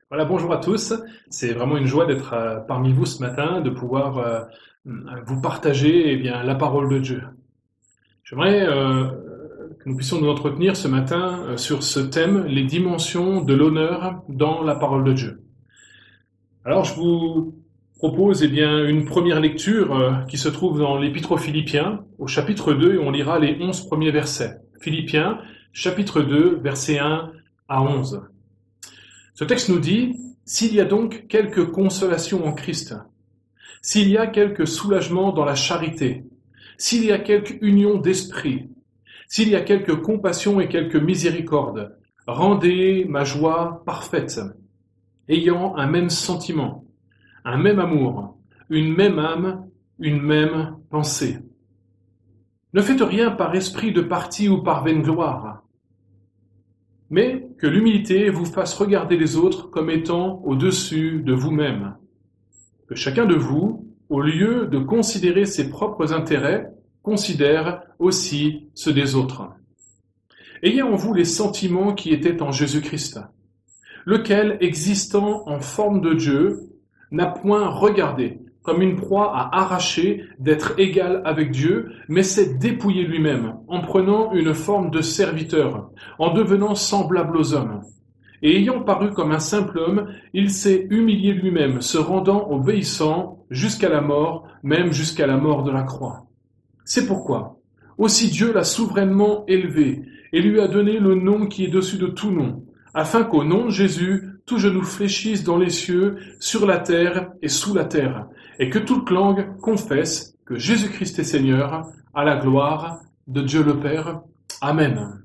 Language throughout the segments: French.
Voilà, bonjour à tous. C'est vraiment une joie d'être parmi vous ce matin, de pouvoir vous partager la parole de Dieu. J'aimerais que nous puissions nous entretenir ce matin sur ce thème, les dimensions de l'honneur dans la parole de Dieu. Alors je vous propose une première lecture qui se trouve dans l'Épître aux Philippiens, au chapitre 2, et on lira les 11 premiers versets. Philippiens, chapitre 2, versets 1 à 11. Ce texte nous dit « S'il y a donc quelque consolation en Christ, s'il y a quelque soulagement dans la charité, s'il y a quelque union d'esprit, s'il y a quelque compassion et quelque miséricorde, rendez ma joie parfaite, ayant un même sentiment, un même amour, une même âme, une même pensée. Ne faites rien par esprit de parti ou par vaine gloire, mais que l'humilité vous fasse regarder les autres comme étant au-dessus de vous-même. Que chacun de vous, au lieu de considérer ses propres intérêts, considère aussi ceux des autres. Ayez en vous les sentiments qui étaient en Jésus-Christ, lequel, existant en forme de Dieu, n'a point regardé comme une proie à arracher d'être égal avec Dieu, mais s'est dépouillé lui-même, en prenant une forme de serviteur, en devenant semblable aux hommes. Et ayant paru comme un simple homme, il s'est humilié lui-même, se rendant obéissant jusqu'à la mort, même jusqu'à la mort de la croix. C'est pourquoi, aussi Dieu l'a souverainement élevé, et lui a donné le nom qui est dessus de tout nom, afin qu'au nom de Jésus, tout genou fléchisse dans les cieux, sur la terre et sous la terre, et que toute langue confesse que Jésus-Christ est Seigneur, à la gloire de Dieu le Père. Amen.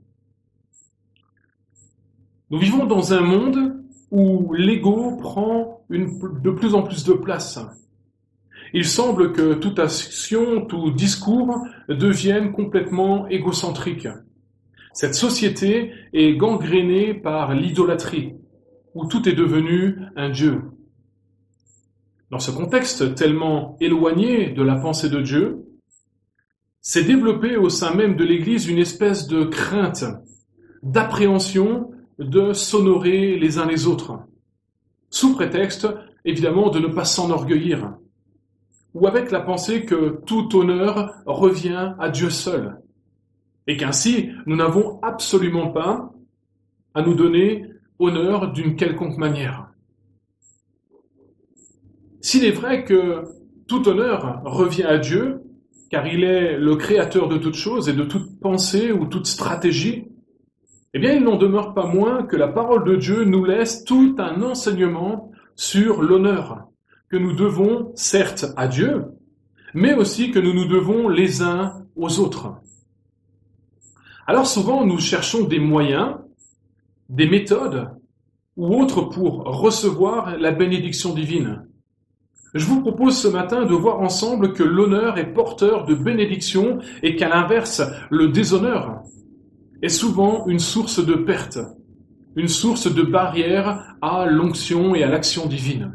Nous vivons dans un monde où l'ego prend de plus en plus de place. Il semble que toute action, tout discours devienne complètement égocentrique. Cette société est gangrénée par l'idolâtrie, où tout est devenu un dieu. Dans ce contexte tellement éloigné de la pensée de Dieu, s'est développée au sein même de l'Église une espèce de crainte, d'appréhension de s'honorer les uns les autres, sous prétexte, évidemment, de ne pas s'enorgueillir, ou avec la pensée que tout honneur revient à Dieu seul, et qu'ainsi, nous n'avons absolument pas à nous donner honneur d'une quelconque manière. S'il est vrai que tout honneur revient à Dieu, car il est le créateur de toutes choses et de toute pensée ou toute stratégie, eh bien, il n'en demeure pas moins que la parole de Dieu nous laisse tout un enseignement sur l'honneur que nous devons, certes, à Dieu, mais aussi que nous nous devons les uns aux autres. Alors souvent, nous cherchons des moyens, des méthodes ou autres pour recevoir la bénédiction divine. Je vous propose ce matin de voir ensemble que l'honneur est porteur de bénédiction et qu'à l'inverse, le déshonneur est souvent une source de perte, une source de barrière à l'onction et à l'action divine.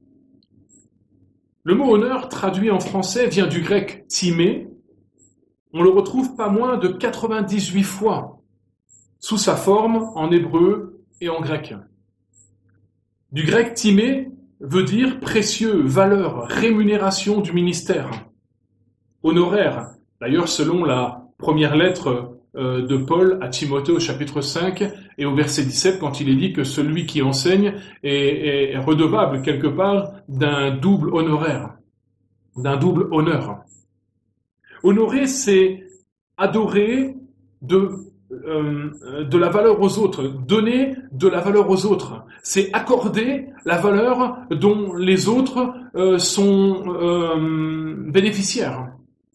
Le mot honneur traduit en français vient du grec timé. On le retrouve pas moins de 98 fois sous sa forme en hébreu et en grec. Du grec timé veut dire précieux, valeur, rémunération du ministère. Honoraire, d'ailleurs selon la première lettre de Paul à Timothée au chapitre 5 et au verset 17 quand il est dit que celui qui enseigne est redevable quelque part d'un double honoraire, d'un double honneur. Honorer, c'est adorer de la valeur aux autres, donner de la valeur aux autres. C'est accorder la valeur dont les autres sont bénéficiaires.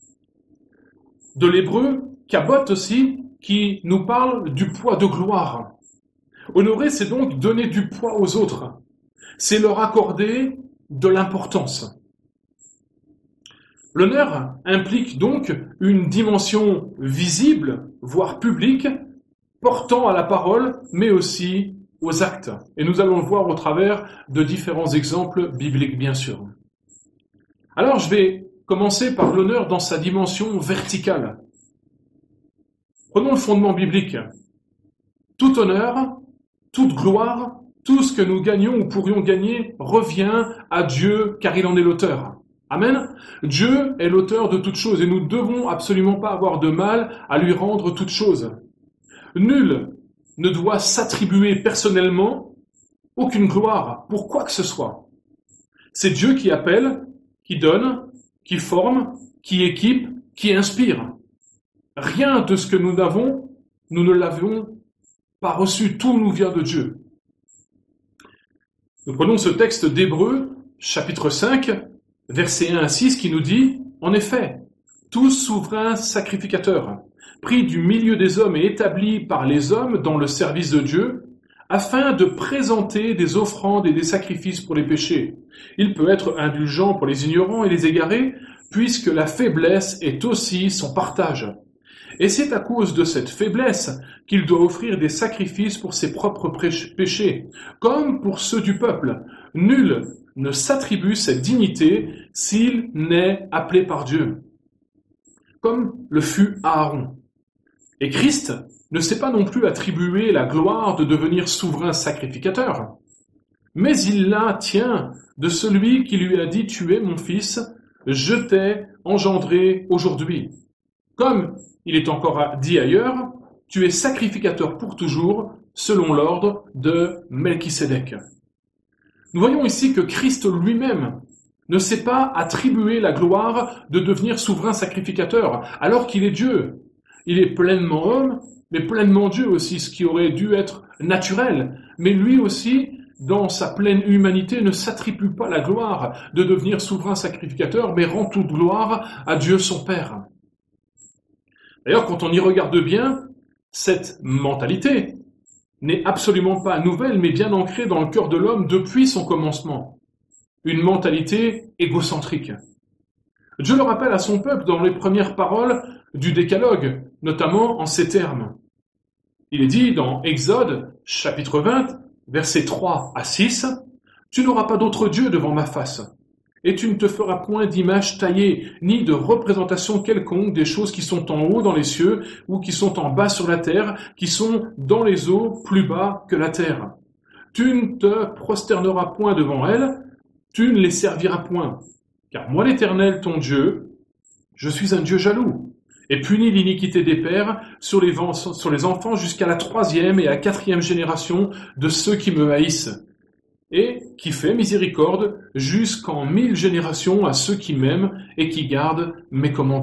De l'hébreu, kabot aussi, qui nous parle du poids de gloire. Honorer, c'est donc donner du poids aux autres. C'est leur accorder de l'importance. L'honneur implique donc une dimension visible, voire publique, portant à la parole, mais aussi aux actes. Et nous allons le voir au travers de différents exemples bibliques, bien sûr. Alors, je vais commencer par l'honneur dans sa dimension verticale. Prenons le fondement biblique. Tout honneur, toute gloire, Tout ce que nous gagnons ou pourrions gagner revient à Dieu car il en est l'auteur. Amen. Dieu est l'auteur de toutes choses et nous ne devons absolument pas avoir de mal à lui rendre toutes choses. Nul ne doit s'attribuer personnellement aucune gloire pour quoi que ce soit. C'est Dieu qui appelle, qui donne, qui forme, qui équipe, qui inspire. Rien de ce que nous avons, nous ne l'avons pas reçu. Tout nous vient de Dieu. Nous prenons ce texte d'Hébreux, chapitre 5, versets 1 à 6, qui nous dit, en effet, tout souverain sacrificateur, pris du milieu des hommes et établi par les hommes dans le service de Dieu, afin de présenter des offrandes et des sacrifices pour les péchés. Il peut être indulgent pour les ignorants et les égarés, puisque la faiblesse est aussi son partage. Et c'est à cause de cette faiblesse qu'il doit offrir des sacrifices pour ses propres péchés, comme pour ceux du peuple. Nul ne s'attribue cette dignité s'il n'est appelé par Dieu, comme le fut Aaron. Et Christ ne s'est pas non plus attribué la gloire de devenir souverain sacrificateur, mais il la tient de celui qui lui a dit « Tu es mon fils, je t'ai engendré aujourd'hui ». Comme il est encore dit ailleurs, « Tu es sacrificateur pour toujours, selon l'ordre de Melchisédek ». Nous voyons ici que Christ lui-même ne s'est pas attribué la gloire de devenir souverain sacrificateur, alors qu'il est Dieu. Il est pleinement homme, mais pleinement Dieu aussi, ce qui aurait dû être naturel. Mais lui aussi, dans sa pleine humanité, ne s'attribue pas la gloire de devenir souverain sacrificateur, mais rend toute gloire à Dieu son Père. D'ailleurs, quand on y regarde bien, cette mentalité n'est absolument pas nouvelle, mais bien ancrée dans le cœur de l'homme depuis son commencement. Une mentalité égocentrique. Dieu le rappelle à son peuple dans les premières paroles du Décalogue, notamment en ces termes. Il est dit dans Exode, chapitre 20, versets 3 à 6, « Tu n'auras pas d'autre Dieu devant ma face, et tu ne te feras point d'image taillée, ni de représentation quelconque des choses qui sont en haut dans les cieux, ou qui sont en bas sur la terre, qui sont dans les eaux plus bas que la terre. Tu ne te prosterneras point devant elles, tu ne les serviras point. Car moi l'Éternel, ton Dieu, je suis un Dieu jaloux, et punis l'iniquité des pères sur les enfants jusqu'à la 3e et à la 4e génération de ceux qui me haïssent, et qui fait miséricorde jusqu'en 1000 générations à ceux qui m'aiment et qui gardent mes commandements. »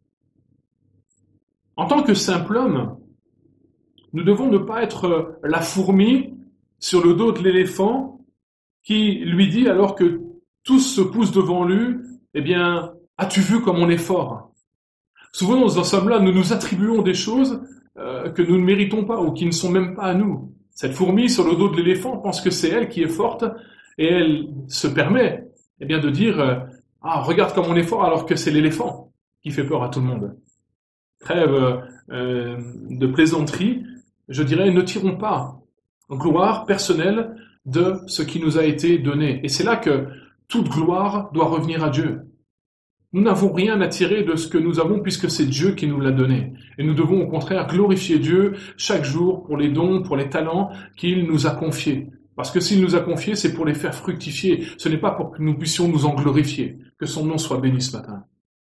En tant que simple homme, nous devons ne pas être la fourmi sur le dos de l'éléphant qui lui dit alors que tous se poussent devant lui, « Eh bien, as-tu vu comme on est fort ?» Souvent, dans ce somme-là, nous nous attribuons des choses que nous ne méritons pas ou qui ne sont même pas à nous. Cette fourmi sur le dos de l'éléphant pense que c'est elle qui est forte et elle se permet de dire « Ah, regarde comme on est fort » alors que c'est l'éléphant qui fait peur à tout le monde. Trêve de plaisanterie, je dirais, ne tirons pas gloire personnelle de ce qui nous a été donné. Et c'est là que toute gloire doit revenir à Dieu. Nous n'avons rien à tirer de ce que nous avons puisque c'est Dieu qui nous l'a donné. Et nous devons au contraire glorifier Dieu chaque jour pour les dons, pour les talents qu'il nous a confiés. Parce que s'il nous a confiés, c'est pour les faire fructifier. Ce n'est pas pour que nous puissions nous en glorifier. Que son nom soit béni ce matin.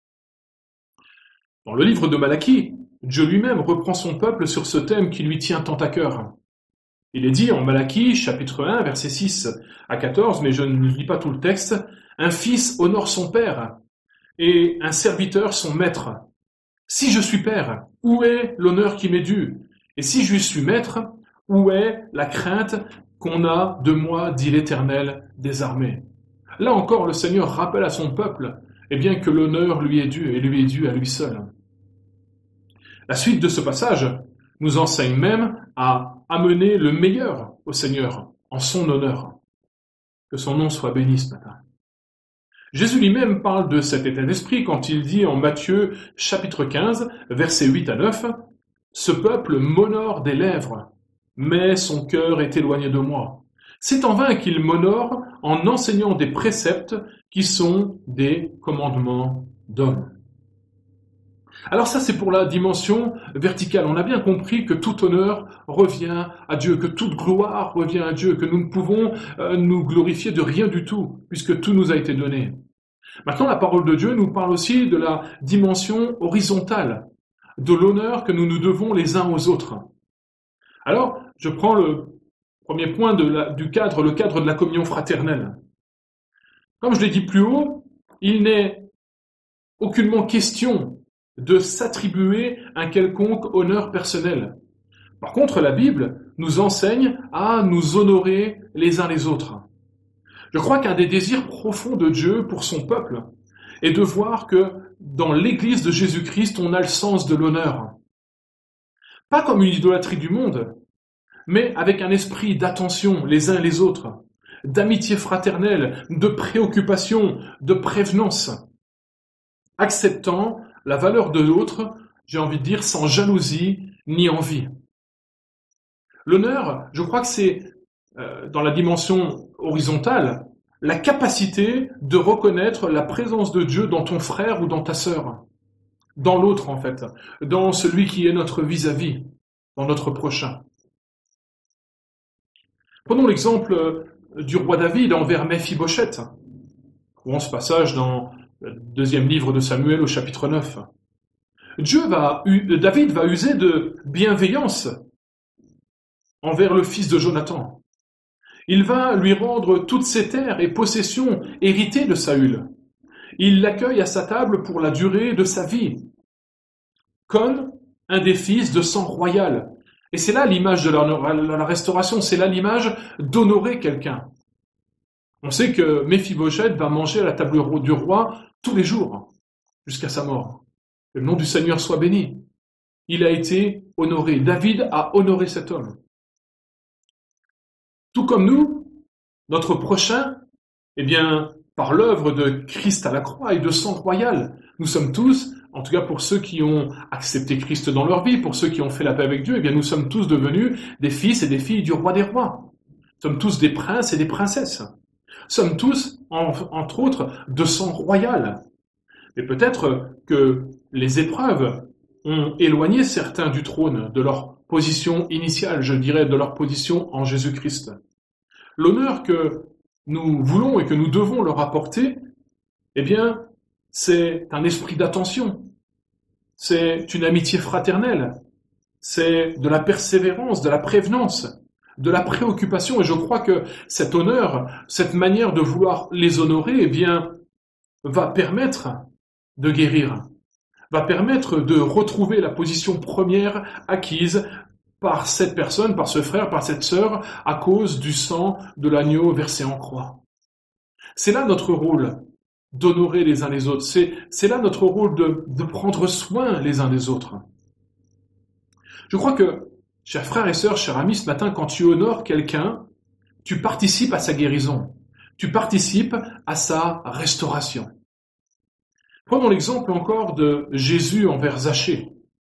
Dans le livre de Malachie, Dieu lui-même reprend son peuple sur ce thème qui lui tient tant à cœur. Il est dit en Malachie, chapitre 1, versets 6 à 14, mais je ne lis pas tout le texte, « Un fils honore son père, et un serviteur son maître. Si je suis père, où est l'honneur qui m'est dû? Et si je suis maître, où est la crainte qu'on a de moi, dit l'Éternel des armées ?» Là encore, le Seigneur rappelle à son peuple que l'honneur lui est dû, et lui est dû à lui seul. La suite de ce passage nous enseigne même à amener le meilleur au Seigneur, en son honneur. Que son nom soit béni ce matin. Jésus lui-même parle de cet état d'esprit quand il dit en Matthieu chapitre 15, versets 8 à 9, « Ce peuple m'honore des lèvres, mais son cœur est éloigné de moi. C'est en vain qu'il m'honore en enseignant des préceptes qui sont des commandements d'hommes. » Alors ça, c'est pour la dimension verticale. On a bien compris que tout honneur revient à Dieu, que toute gloire revient à Dieu, que nous ne pouvons nous glorifier de rien du tout, puisque tout nous a été donné. Maintenant, la parole de Dieu nous parle aussi de la dimension horizontale, de l'honneur que nous nous devons les uns aux autres. Alors, je prends le premier point du cadre, le cadre de la communion fraternelle. Comme je l'ai dit plus haut, il n'est aucunement question de s'attribuer un quelconque honneur personnel. Par contre, la Bible nous enseigne à nous honorer les uns les autres. Je crois qu'un des désirs profonds de Dieu pour son peuple est de voir que dans l'Église de Jésus-Christ, on a le sens de l'honneur. Pas comme une idolâtrie du monde, mais avec un esprit d'attention les uns les autres, d'amitié fraternelle, de préoccupation, de prévenance, acceptant la valeur de l'autre, j'ai envie de dire, sans jalousie ni envie. L'honneur, je crois que c'est, dans la dimension horizontale, la capacité de reconnaître la présence de Dieu dans ton frère ou dans ta sœur, dans l'autre en fait, dans celui qui est notre vis-à-vis, dans notre prochain. Prenons l'exemple du roi David envers Méphibosheth. Trouvons ce passage dans le deuxième livre de Samuel au chapitre 9. David va user de bienveillance envers le fils de Jonathan. Il va lui rendre toutes ses terres et possessions héritées de Saül. Il l'accueille à sa table pour la durée de sa vie, comme un des fils de sang royal. Et c'est là l'image de la restauration, c'est là l'image d'honorer quelqu'un. On sait que Méphibosheth va manger à la table du roi tous les jours, jusqu'à sa mort. Le nom du Seigneur soit béni. Il a été honoré. David a honoré cet homme. Tout comme nous, notre prochain, eh bien, par l'œuvre de Christ à la croix et de sang royal, nous sommes tous, en tout cas pour ceux qui ont accepté Christ dans leur vie, pour ceux qui ont fait la paix avec Dieu, eh bien, nous sommes tous devenus des fils et des filles du roi des rois. Nous sommes tous des princes et des princesses. Nous sommes tous, entre autres, de sang royal. Mais peut-être que les épreuves ont éloigné certains du trône, de leur position initiale, je dirais, de leur position en Jésus-Christ. L'honneur que nous voulons et que nous devons leur apporter, eh bien, c'est un esprit d'attention, c'est une amitié fraternelle, c'est de la persévérance, de la prévenance, de la préoccupation. Et je crois que cet honneur, cette manière de vouloir les honorer, eh bien, va permettre de guérir, va permettre de retrouver la position première acquise par cette personne, par ce frère, par cette sœur, à cause du sang de l'agneau versé en croix. C'est là notre rôle, d'honorer les uns les autres. C'est là notre rôle de prendre soin les uns des autres. Je crois que, chers frères et sœurs, chers amis, ce matin, quand tu honores quelqu'un, tu participes à sa guérison. Tu participes à sa restauration. Prenons l'exemple encore de Jésus envers Zachée.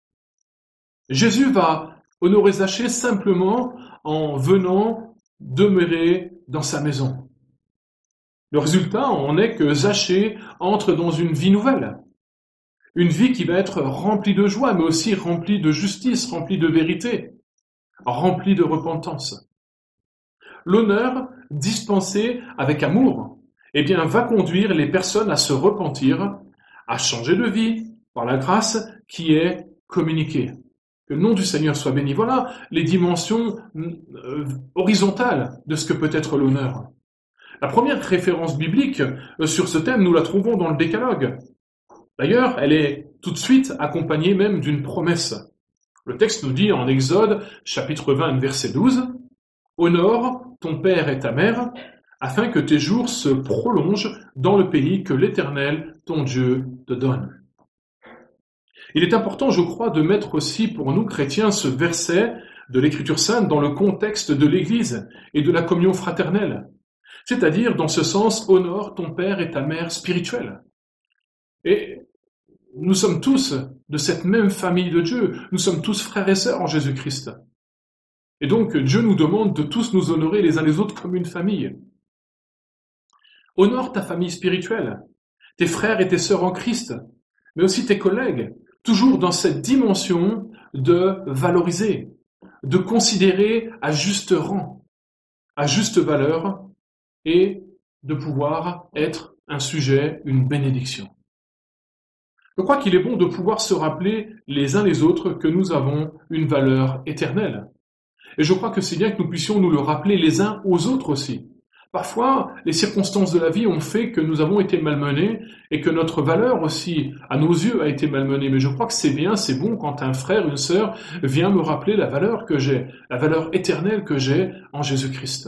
Jésus va honorer Zachée simplement en venant demeurer dans sa maison. Le résultat en est que Zachée entre dans une vie nouvelle. Une vie qui va être remplie de joie, mais aussi remplie de justice, remplie de vérité, remplie de repentance. L'honneur dispensé avec amour, eh bien, va conduire les personnes à se repentir, à changer de vie par la grâce qui est communiquée. Que le nom du Seigneur soit béni. Voilà les dimensions horizontales de ce que peut être l'honneur. La première référence biblique sur ce thème, nous la trouvons dans le Décalogue. D'ailleurs, elle est tout de suite accompagnée même d'une promesse. Le texte nous dit en Exode, chapitre 20, verset 12, « Honore ton père et ta mère, afin que tes jours se prolongent dans le pays que l'Éternel, ton Dieu, te donne. » Il est important, je crois, de mettre aussi pour nous chrétiens ce verset de l'Écriture sainte dans le contexte de l'Église et de la communion fraternelle. C'est-à-dire, dans ce sens, honore ton père et ta mère spirituelle. Et nous sommes tous de cette même famille de Dieu. Nous sommes tous frères et sœurs en Jésus-Christ. Et donc, Dieu nous demande de tous nous honorer les uns les autres comme une famille. Honore ta famille spirituelle, tes frères et tes sœurs en Christ, mais aussi tes collègues, toujours dans cette dimension de valoriser, de considérer à juste rang, à juste valeur, et de pouvoir être un sujet, une bénédiction. Je crois qu'il est bon de pouvoir se rappeler les uns les autres que nous avons une valeur éternelle. Et je crois que c'est bien que nous puissions nous le rappeler les uns aux autres aussi. Parfois, les circonstances de la vie ont fait que nous avons été malmenés et que notre valeur aussi, à nos yeux, a été malmenée. Mais je crois que c'est bien, c'est bon quand un frère, une sœur vient me rappeler la valeur que j'ai, la valeur éternelle que j'ai en Jésus-Christ.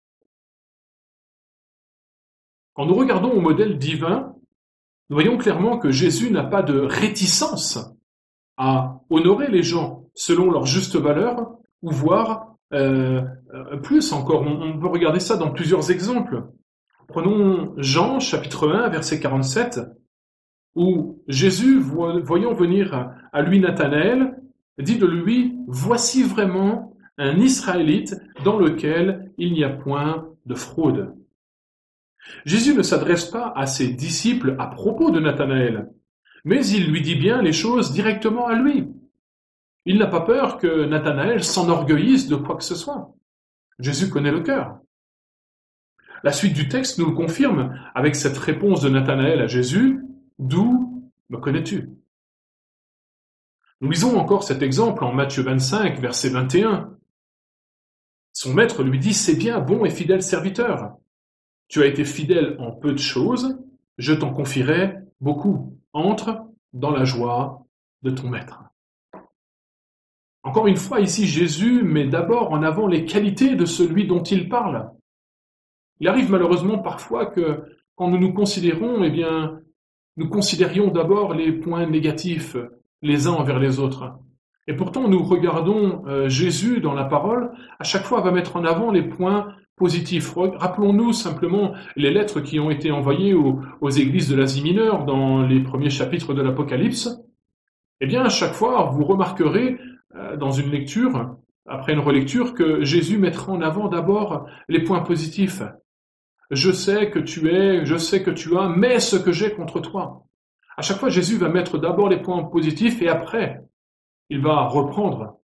Quand nous regardons au modèle divin, nous voyons clairement que Jésus n'a pas de réticence à honorer les gens selon leur juste valeur, ou voire plus encore. On peut regarder ça dans plusieurs exemples. Prenons Jean, chapitre 1, verset 47, où Jésus, voyant venir à lui Nathanaël, dit de lui, « Voici vraiment un Israélite dans lequel il n'y a point de fraude. » Jésus ne s'adresse pas à ses disciples à propos de Nathanaël, mais il lui dit bien les choses directement à lui. Il n'a pas peur que Nathanaël s'enorgueillisse de quoi que ce soit. Jésus connaît le cœur. La suite du texte nous le confirme avec cette réponse de Nathanaël à Jésus, « D'où me connais-tu » Nous lisons encore cet exemple en Matthieu 25, verset 21. Son maître lui dit, « C'est bien, bon et fidèle serviteur. Tu as été fidèle en peu de choses, je t'en confierai beaucoup. Entre dans la joie de ton maître. » Encore une fois, ici, Jésus met d'abord en avant les qualités de celui dont il parle. Il arrive malheureusement parfois que quand nous nous considérons, nous considérions d'abord les points négatifs les uns envers les autres. Et pourtant, nous regardons Jésus dans la parole, à chaque fois va mettre en avant les points positifs. Rappelons-nous simplement les lettres qui ont été envoyées aux églises de l'Asie mineure dans les premiers chapitres de l'Apocalypse. Eh bien, à chaque fois, vous remarquerez dans une lecture, après une relecture, que Jésus mettra en avant d'abord les points positifs. Je sais que tu es, je sais que tu as, mais ce que j'ai contre toi. À chaque fois, Jésus va mettre d'abord les points positifs et après, il va reprendre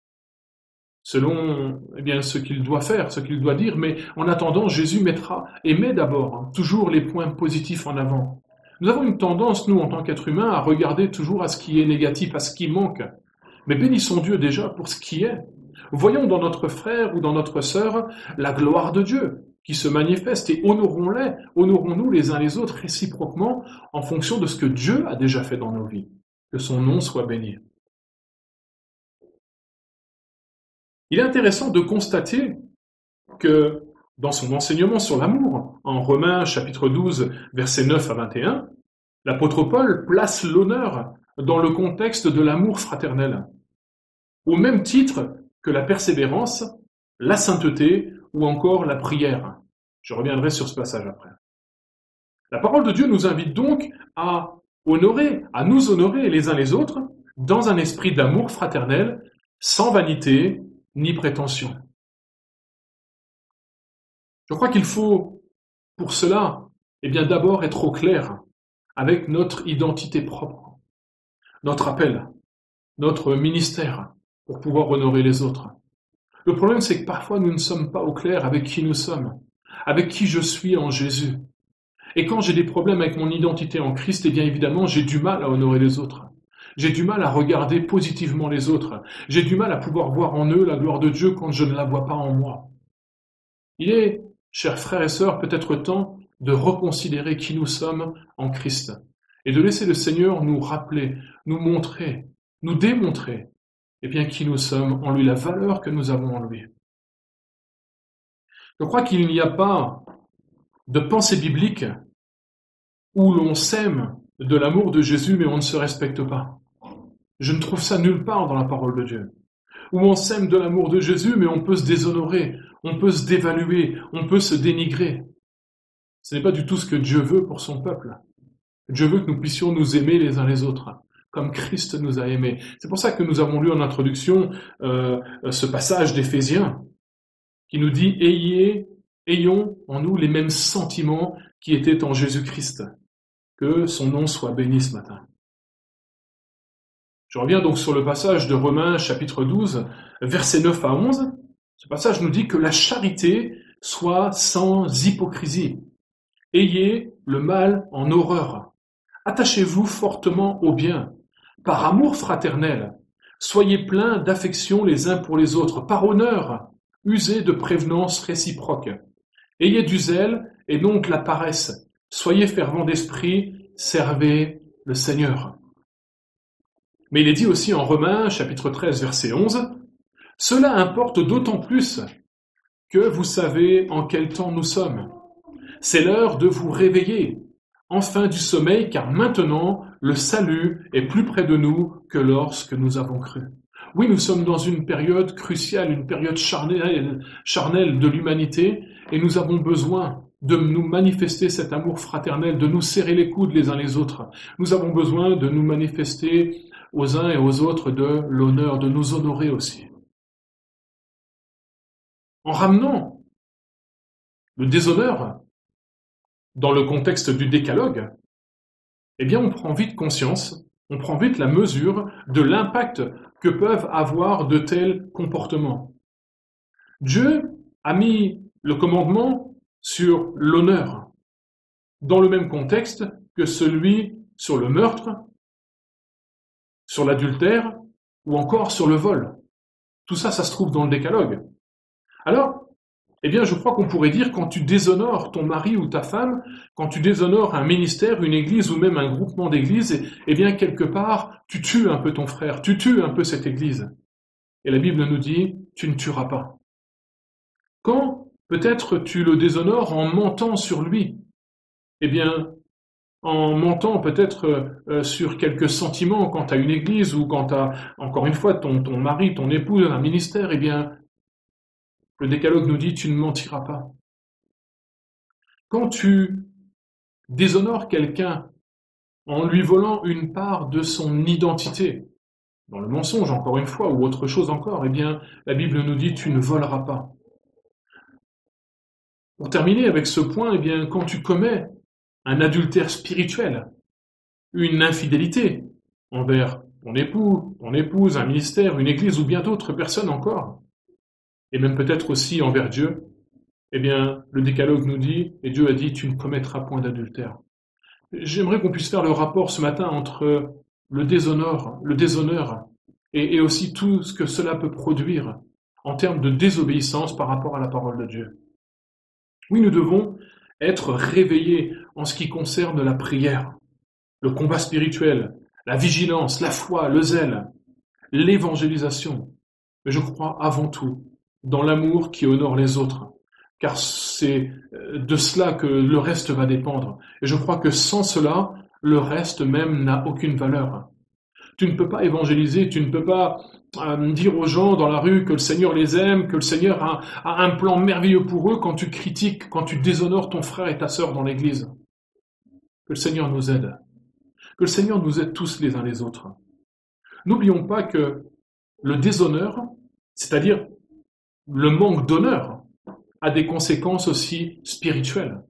selon ce qu'il doit faire, ce qu'il doit dire, mais en attendant, Jésus mettra et met d'abord toujours les points positifs en avant. Nous avons une tendance, nous, en tant qu'êtres humains, à regarder toujours à ce qui est négatif, à ce qui manque. Mais bénissons Dieu déjà pour ce qui est. Voyons dans notre frère ou dans notre sœur la gloire de Dieu qui se manifeste et honorons-nous les uns les autres réciproquement en fonction de ce que Dieu a déjà fait dans nos vies. Que son nom soit béni. Il est intéressant de constater que dans son enseignement sur l'amour, en Romains chapitre 12, versets 9 à 21, l'apôtre Paul place l'honneur dans le contexte de l'amour fraternel, au même titre que la persévérance, la sainteté ou encore la prière. Je reviendrai sur ce passage après. La parole de Dieu nous invite donc à nous honorer les uns les autres dans un esprit d'amour fraternel, sans vanité ni prétention. Je crois qu'il faut, pour cela, d'abord être au clair avec notre identité propre, notre appel, notre ministère, pour pouvoir honorer les autres. Le problème, c'est que parfois, nous ne sommes pas au clair avec qui nous sommes, avec qui je suis en Jésus. Et quand j'ai des problèmes avec mon identité en Christ, bien évidemment, j'ai du mal à honorer les autres. J'ai du mal à regarder positivement les autres. J'ai du mal à pouvoir voir en eux la gloire de Dieu quand je ne la vois pas en moi. Il est, chers frères et sœurs, peut-être temps de reconsidérer qui nous sommes en Christ et de laisser le Seigneur nous rappeler, nous montrer, nous démontrer qui nous sommes en lui, la valeur que nous avons en lui. Je crois qu'il n'y a pas de pensée biblique où l'on sème de l'amour de Jésus mais on ne se respecte pas. Je ne trouve ça nulle part dans la parole de Dieu. Où on sème de l'amour de Jésus mais on peut se déshonorer, on peut se dévaluer, on peut se dénigrer. Ce n'est pas du tout ce que Dieu veut pour son peuple. Dieu veut que nous puissions nous aimer les uns les autres, comme Christ nous a aimés. C'est pour ça que nous avons lu en introduction ce passage d'Éphésiens qui nous dit « Ayons en nous les mêmes sentiments qui étaient en Jésus-Christ. » Que son nom soit béni ce matin. Je reviens donc sur le passage de Romains chapitre 12, versets 9 à 11. Ce passage nous dit que la charité soit sans hypocrisie. Ayez le mal en horreur. Attachez-vous fortement au bien. Par amour fraternel, soyez pleins d'affection les uns pour les autres. Par honneur, usez de prévenance réciproque. Ayez du zèle et non de la paresse. Soyez fervents d'esprit, servez le Seigneur. Mais il est dit aussi en Romains, chapitre 13, verset 11, « Cela importe d'autant plus que vous savez en quel temps nous sommes. C'est l'heure de vous réveiller, enfin du sommeil, car maintenant le salut est plus près de nous que lorsque nous avons cru. » Oui, nous sommes dans une période cruciale, une période charnelle de l'humanité, et nous avons besoin de nous manifester cet amour fraternel, de nous serrer les coudes les uns les autres. Nous avons besoin de nous manifester aux uns et aux autres de l'honneur, de nous honorer aussi. En ramenant le déshonneur dans le contexte du décalogue, eh bien on prend vite conscience, on prend vite la mesure de l'impact que peuvent avoir de tels comportements. Dieu a mis le commandement sur l'honneur, dans le même contexte que celui sur le meurtre, sur l'adultère ou encore sur le vol. Tout ça, ça se trouve dans le décalogue. Alors, eh bien, je crois qu'on pourrait dire quand tu déshonores ton mari ou ta femme, quand tu déshonores un ministère, une église ou même un groupement d'églises, eh bien, quelque part, tu tues un peu ton frère, tu tues un peu cette église. Et la Bible nous dit, tu ne tueras pas. Quand peut-être tu le déshonores en mentant sur lui, eh bien, en mentant peut-être sur quelques sentiments quant à une église ou quant à, encore une fois, ton mari, ton épouse, un ministère, eh bien, le décalogue nous dit, tu ne mentiras pas. Quand tu déshonores quelqu'un en lui volant une part de son identité, dans le mensonge encore une fois, ou autre chose encore, eh bien, la Bible nous dit, tu ne voleras pas. Pour terminer avec ce point, eh bien, quand tu commets un adultère spirituel, une infidélité envers ton époux, ton épouse, un ministère, une église ou bien d'autres personnes encore, et même peut-être aussi envers Dieu, eh bien, le décalogue nous dit, et Dieu a dit, tu ne commettras point d'adultère. J'aimerais qu'on puisse faire le rapport ce matin entre le déshonneur, et aussi tout ce que cela peut produire en termes de désobéissance par rapport à la parole de Dieu. Oui, nous devons être réveillés en ce qui concerne la prière, le combat spirituel, la vigilance, la foi, le zèle, l'évangélisation. Mais je crois avant tout dans l'amour qui honore les autres, car c'est de cela que le reste va dépendre. Et je crois que sans cela, le reste même n'a aucune valeur. Tu ne peux pas évangéliser, tu ne peux pas dire aux gens dans la rue que le Seigneur les aime, que le Seigneur a un plan merveilleux pour eux quand tu critiques, quand tu déshonores ton frère et ta sœur dans l'église. Que le Seigneur nous aide. Que le Seigneur nous aide tous les uns les autres. N'oublions pas que le déshonneur, c'est-à-dire le manque d'honneur, a des conséquences aussi spirituelles.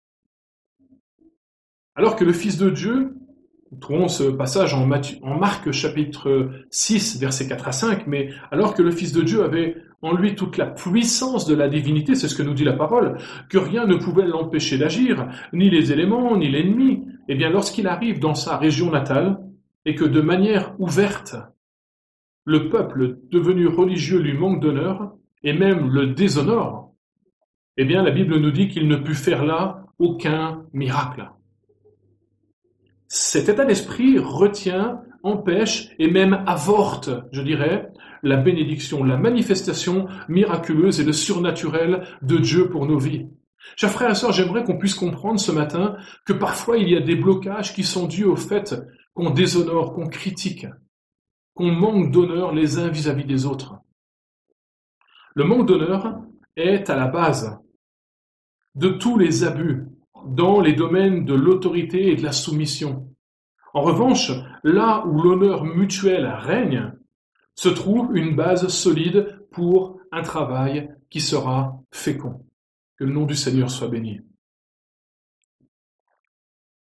Alors que le Fils de Dieu, nous trouvons ce passage en Marc chapitre 6, versets 4 à 5, mais alors que le Fils de Dieu avait en lui toute la puissance de la divinité, c'est ce que nous dit la parole, que rien ne pouvait l'empêcher d'agir, ni les éléments, ni l'ennemi, eh bien lorsqu'il arrive dans sa région natale, et que de manière ouverte, le peuple devenu religieux lui manque d'honneur, et même le déshonore, eh bien la Bible nous dit qu'il ne put faire là aucun miracle. Cet état d'esprit retient, empêche et même avorte, je dirais, la bénédiction, la manifestation miraculeuse et le surnaturel de Dieu pour nos vies. Chers frères et sœurs, j'aimerais qu'on puisse comprendre ce matin que parfois il y a des blocages qui sont dus au fait qu'on déshonore, qu'on critique, qu'on manque d'honneur les uns vis-à-vis des autres. Le manque d'honneur est à la base de tous les abus dans les domaines de l'autorité et de la soumission. En revanche, là où l'honneur mutuel règne, se trouve une base solide pour un travail qui sera fécond. Que le nom du Seigneur soit béni.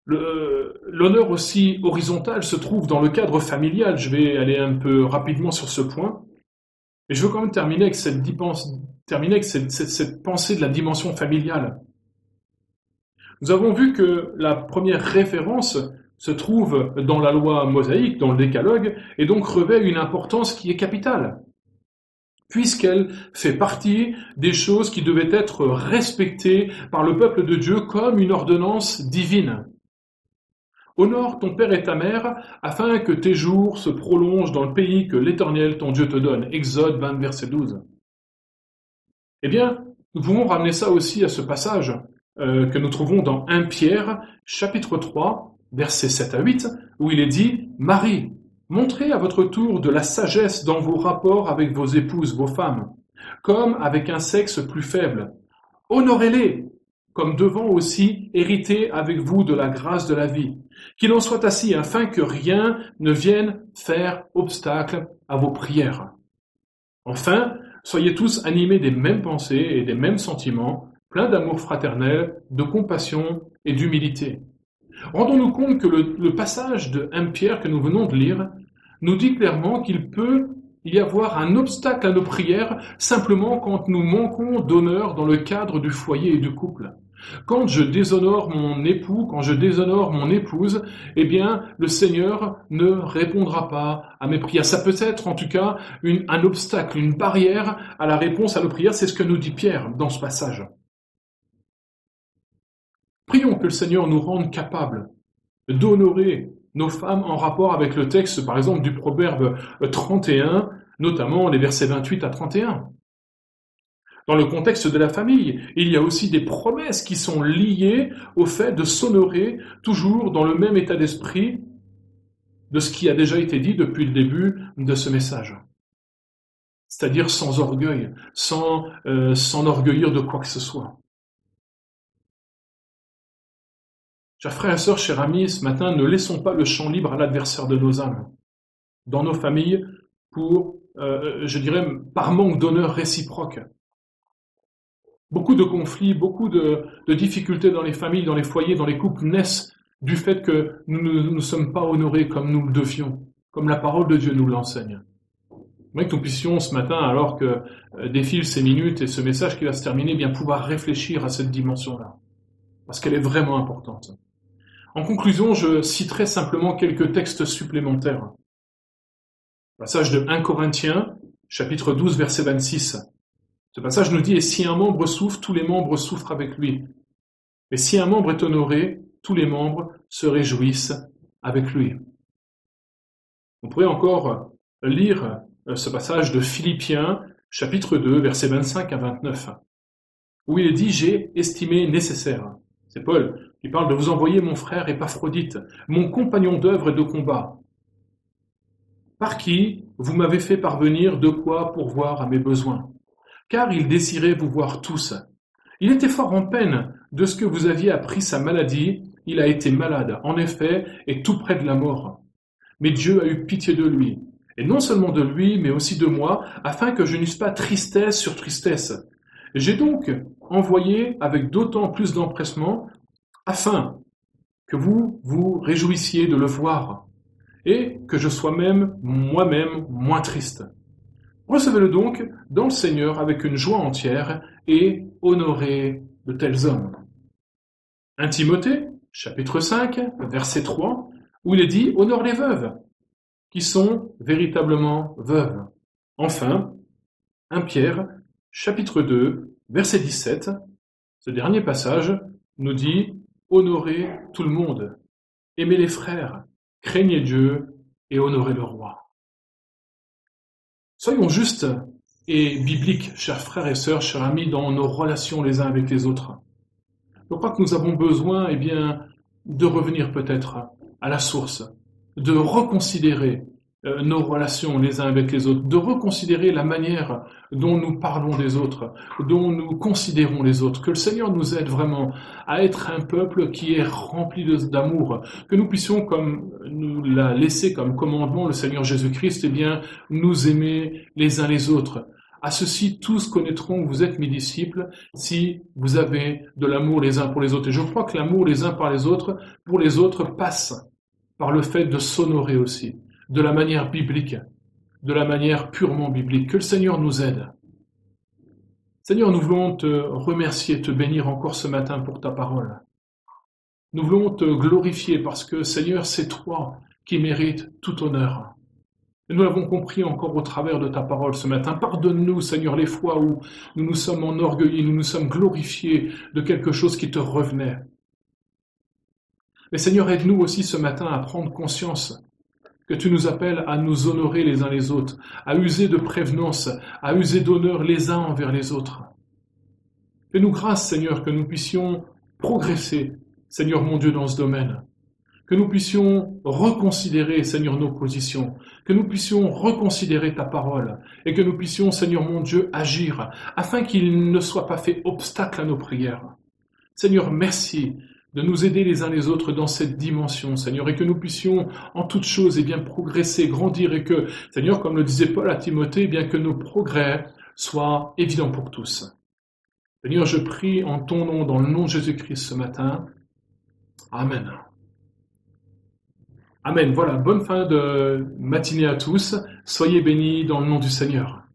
L'honneur aussi horizontal se trouve dans le cadre familial. Je vais aller un peu rapidement sur ce point. Mais je veux quand même terminer avec cette pensée de la dimension familiale. Nous avons vu que la première référence se trouve dans la loi mosaïque, dans le décalogue, et donc revêt une importance qui est capitale, puisqu'elle fait partie des choses qui devaient être respectées par le peuple de Dieu comme une ordonnance divine. Honore ton père et ta mère, afin que tes jours se prolongent dans le pays que l'Éternel, ton Dieu, te donne. Exode 20, verset 12. Eh bien, nous pouvons ramener ça aussi à ce passage que nous trouvons dans 1 Pierre, chapitre 3, versets 7 à 8, où il est dit « Marie, montrez à votre tour de la sagesse dans vos rapports avec vos épouses, vos femmes, comme avec un sexe plus faible. Honorez-les, comme devant aussi hériter avec vous de la grâce de la vie. Qu'il en soit ainsi, afin que rien ne vienne faire obstacle à vos prières. Enfin, soyez tous animés des mêmes pensées et des mêmes sentiments, pleins d'amour fraternel, de compassion et d'humilité. » Rendons-nous compte que le passage de 1 Pierre que nous venons de lire nous dit clairement qu'il peut y avoir un obstacle à nos prières simplement quand nous manquons d'honneur dans le cadre du foyer et du couple. Quand je déshonore mon époux, quand je déshonore mon épouse, eh bien, le Seigneur ne répondra pas à mes prières. Ça peut être, en tout cas, un obstacle, une barrière à la réponse à nos prières. C'est ce que nous dit Pierre dans ce passage. Prions que le Seigneur nous rende capables d'honorer nos femmes en rapport avec le texte, par exemple, du Proverbe 31, notamment les versets 28 à 31. Dans le contexte de la famille, il y a aussi des promesses qui sont liées au fait de s'honorer toujours dans le même état d'esprit de ce qui a déjà été dit depuis le début de ce message. C'est-à-dire sans orgueil, sans s'enorgueillir de quoi que ce soit. Chers frères et sœurs, chers amis, ce matin, ne laissons pas le champ libre à l'adversaire de nos âmes, dans nos familles, pour, je dirais, par manque d'honneur réciproque. Beaucoup de conflits, beaucoup de difficultés dans les familles, dans les foyers, dans les couples naissent du fait que nous ne sommes pas honorés comme nous le devions, comme la parole de Dieu nous l'enseigne. J'aimerais que nous puissions ce matin, alors que défilent ces minutes et ce message qui va se terminer, bien pouvoir réfléchir à cette dimension-là, parce qu'elle est vraiment importante. En conclusion, je citerai simplement quelques textes supplémentaires. Passage de 1 Corinthiens, chapitre 12, verset 26. Ce passage nous dit « Et si un membre souffre, tous les membres souffrent avec lui. Et si un membre est honoré, tous les membres se réjouissent avec lui. » On pourrait encore lire ce passage de Philippiens, chapitre 2, versets 25 à 29, où il est dit « J'ai estimé nécessaire ». C'est Paul qui parle de vous envoyer mon frère Épaphrodite, mon compagnon d'œuvre et de combat, par qui vous m'avez fait parvenir de quoi pourvoir à mes besoins. Car il désirait vous voir tous. Il était fort en peine de ce que vous aviez appris sa maladie. Il a été malade, en effet, et tout près de la mort. Mais Dieu a eu pitié de lui, et non seulement de lui, mais aussi de moi, afin que je n'eusse pas tristesse sur tristesse. J'ai donc envoyé avec d'autant plus d'empressement, afin que vous vous réjouissiez de le voir, et que je sois moi-même moins triste. Recevez-le donc dans le Seigneur avec une joie entière et honorez de tels hommes. 1 Timothée, chapitre 5, verset 3, où il est dit « Honore les veuves, qui sont véritablement veuves. » Enfin, 1 Pierre, chapitre 2, verset 17, ce dernier passage nous dit « Honorez tout le monde, aimez les frères, craignez Dieu et honorez le roi. » Soyons justes et bibliques, chers frères et sœurs, chers amis, dans nos relations les uns avec les autres. Je crois que nous avons besoin, de revenir peut-être à la source, de reconsidérer nos relations les uns avec les autres, de reconsidérer la manière dont nous parlons des autres, dont nous considérons les autres, que le Seigneur nous aide vraiment à être un peuple qui est rempli d'amour, que nous puissions, comme nous l'a laissé comme commandement le Seigneur Jésus-Christ, nous aimer les uns les autres, À ceci, tous connaîtront que vous êtes mes disciples si vous avez de l'amour les uns pour les autres. Et je crois que l'amour les uns pour les autres, passe par le fait de s'honorer aussi, de la manière biblique, de la manière purement biblique. Que le Seigneur nous aide. Seigneur, nous voulons te remercier, te bénir encore ce matin pour ta parole. Nous voulons te glorifier parce que, Seigneur, c'est toi qui mérites tout honneur. Et nous l'avons compris encore au travers de ta parole ce matin. Pardonne-nous, Seigneur, les fois où nous nous sommes enorgueillis, nous nous sommes glorifiés de quelque chose qui te revenait. Mais Seigneur, aide-nous aussi ce matin à prendre conscience que tu nous appelles à nous honorer les uns les autres, à user de prévenance, à user d'honneur les uns envers les autres. Fais-nous grâce, Seigneur, que nous puissions progresser, Seigneur mon Dieu, dans ce domaine. Que nous puissions reconsidérer, Seigneur, nos positions, que nous puissions reconsidérer ta parole, et que nous puissions, Seigneur mon Dieu, agir, afin qu'il ne soit pas fait obstacle à nos prières. Seigneur, merci de nous aider les uns les autres dans cette dimension, Seigneur, et que nous puissions en toutes choses, bien, progresser, grandir, et que, Seigneur, comme le disait Paul à Timothée, bien que nos progrès soient évidents pour tous. Seigneur, je prie en ton nom, dans le nom de Jésus-Christ ce matin. Amen. Amen. Voilà, bonne fin de matinée à tous. Soyez bénis dans le nom du Seigneur.